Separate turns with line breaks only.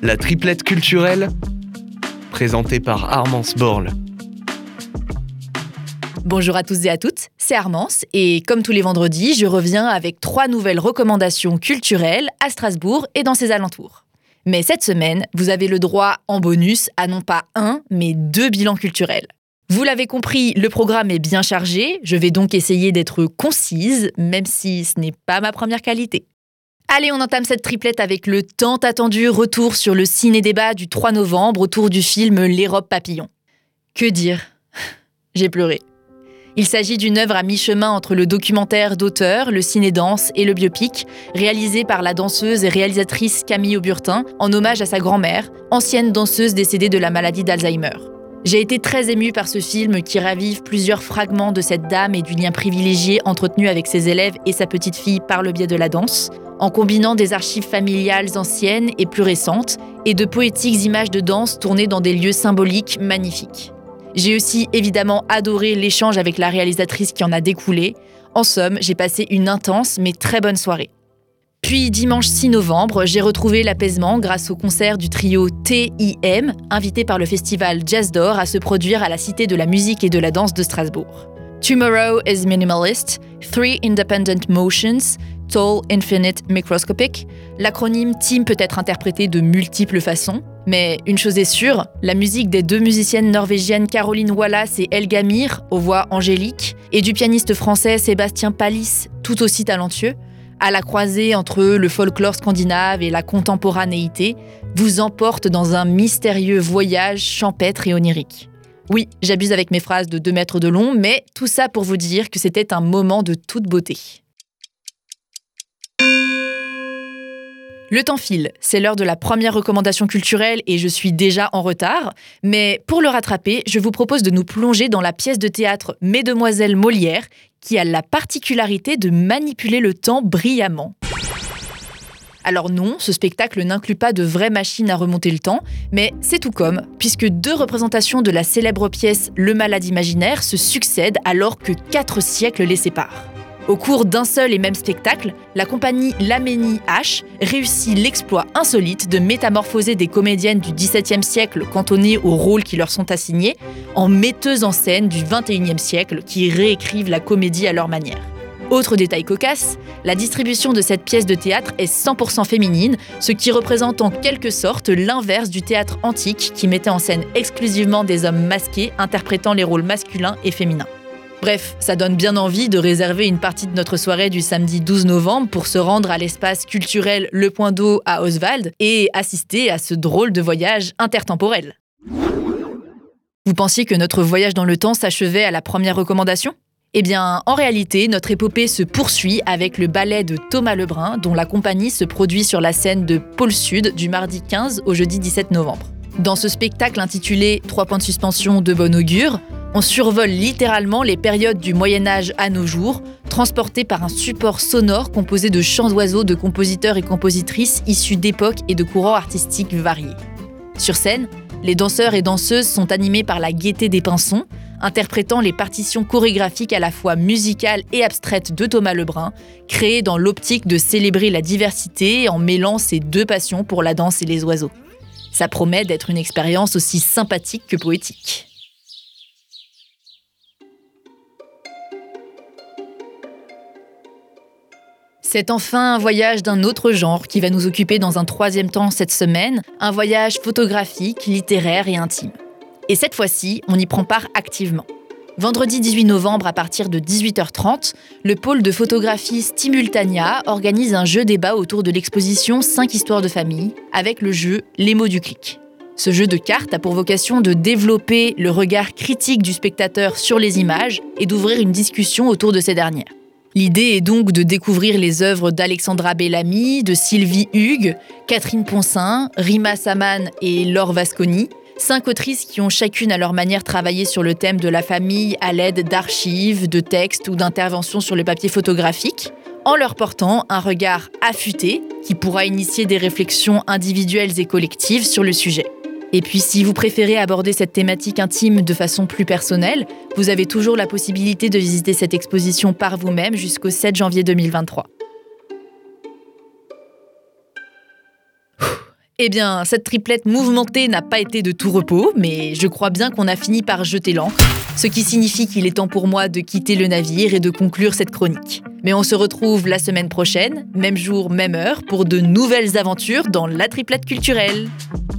La triplette culturelle, présentée par Armance Borle.
Bonjour à tous et à toutes, c'est Armance et comme tous les vendredis, je reviens avec 3 nouvelles recommandations culturelles à Strasbourg et dans ses alentours. Mais cette semaine, vous avez le droit en bonus à non pas 1, mais 2 bilans culturels. Vous l'avez compris, le programme est bien chargé, je vais donc essayer d'être concise, même si ce n'est pas ma première qualité. Allez, on entame cette triplette avec le tant attendu retour sur le ciné-débat du 3 novembre autour du film Les Robes Papillons. Que dire ? J'ai pleuré. Il s'agit d'une œuvre à mi-chemin entre le documentaire d'auteur, le ciné-danse et le biopic, réalisé par la danseuse et réalisatrice Camille Auburtin en hommage à sa grand-mère, ancienne danseuse décédée de la maladie d'Alzheimer. J'ai été très émue par ce film qui ravive plusieurs fragments de cette dame et du lien privilégié entretenu avec ses élèves et sa petite-fille par le biais de la danse, en combinant des archives familiales anciennes et plus récentes et de poétiques images de danse tournées dans des lieux symboliques magnifiques. J'ai aussi évidemment adoré l'échange avec la réalisatrice qui en a découlé. En somme, j'ai passé une intense mais très bonne soirée. Puis dimanche 6 novembre, j'ai retrouvé l'apaisement grâce au concert du trio TIM, invité par le festival Jazz d'Or à se produire à la Cité de la musique et de la danse de Strasbourg. Tomorrow is Minimalist, 3 Independent Motions, Tall, Infinite, Microscopic. L'acronyme TIM peut être interprété de multiples façons. Mais une chose est sûre, la musique des 2 musiciennes norvégiennes Caroline Wallace et Helga Mir, aux voix angéliques, et du pianiste français Sébastien Pallis, tout aussi talentueux, à la croisée entre le folklore scandinave et la contemporanéité, vous emporte dans un mystérieux voyage champêtre et onirique. Oui, j'abuse avec mes phrases de 2 mètres de long, mais tout ça pour vous dire que c'était un moment de toute beauté. Le temps file, c'est l'heure de la première recommandation culturelle et je suis déjà en retard. Mais pour le rattraper, je vous propose de nous plonger dans la pièce de théâtre Mesdemoiselles Molière, qui a la particularité de manipuler le temps brillamment. Alors non, ce spectacle n'inclut pas de vraies machines à remonter le temps, mais c'est tout comme, puisque 2 représentations de la célèbre pièce Le Malade imaginaire se succèdent alors que 4 siècles les séparent. Au cours d'un seul et même spectacle, la compagnie Laménie H réussit l'exploit insolite de métamorphoser des comédiennes du XVIIe siècle cantonnées aux rôles qui leur sont assignés en metteuses en scène du XXIe siècle qui réécrivent la comédie à leur manière. Autre détail cocasse, la distribution de cette pièce de théâtre est 100% féminine, ce qui représente en quelque sorte l'inverse du théâtre antique qui mettait en scène exclusivement des hommes masqués interprétant les rôles masculins et féminins. Bref, ça donne bien envie de réserver une partie de notre soirée du samedi 12 novembre pour se rendre à l'espace culturel Le Point d'Eau à Oswald et assister à ce drôle de voyage intertemporel. Vous pensiez que notre voyage dans le temps s'achevait à la première recommandation ? Eh bien, en réalité, notre épopée se poursuit avec le ballet de Thomas Lebrun, dont la compagnie se produit sur la scène de Pôle Sud du mardi 15 au jeudi 17 novembre. Dans ce spectacle intitulé « 3 points de suspension de bon augure », on survole littéralement les périodes du Moyen-Âge à nos jours, transportés par un support sonore composé de chants d'oiseaux de compositeurs et compositrices issus d'époques et de courants artistiques variés. Sur scène, les danseurs et danseuses sont animés par la gaieté des pinsons, interprétant les partitions chorégraphiques à la fois musicales et abstraites de Thomas Lebrun, créées dans l'optique de célébrer la diversité en mêlant ses 2 passions pour la danse et les oiseaux. Ça promet d'être une expérience aussi sympathique que poétique. C'est enfin un voyage d'un autre genre qui va nous occuper dans un 3e temps cette semaine, un voyage photographique, littéraire et intime. Et cette fois-ci, on y prend part activement. Vendredi 18 novembre à partir de 18h30, le pôle de photographie Stimultania organise un jeu débat autour de l'exposition 5 histoires de famille, avec le jeu Les mots du clic. Ce jeu de cartes a pour vocation de développer le regard critique du spectateur sur les images et d'ouvrir une discussion autour de ces dernières. L'idée est donc de découvrir les œuvres d'Alexandra Bellamy, de Sylvie Hugues, Catherine Poncin, Rima Saman et Laure Vasconi, 5 autrices qui ont chacune à leur manière travaillé sur le thème de la famille à l'aide d'archives, de textes ou d'interventions sur le papier photographique, en leur portant un regard affûté qui pourra initier des réflexions individuelles et collectives sur le sujet. Et puis si vous préférez aborder cette thématique intime de façon plus personnelle, vous avez toujours la possibilité de visiter cette exposition par vous-même jusqu'au 7 janvier 2023. Eh bien, cette triplette mouvementée n'a pas été de tout repos, mais je crois bien qu'on a fini par jeter l'ancre, ce qui signifie qu'il est temps pour moi de quitter le navire et de conclure cette chronique. Mais on se retrouve la semaine prochaine, même jour, même heure, pour de nouvelles aventures dans la triplette culturelle.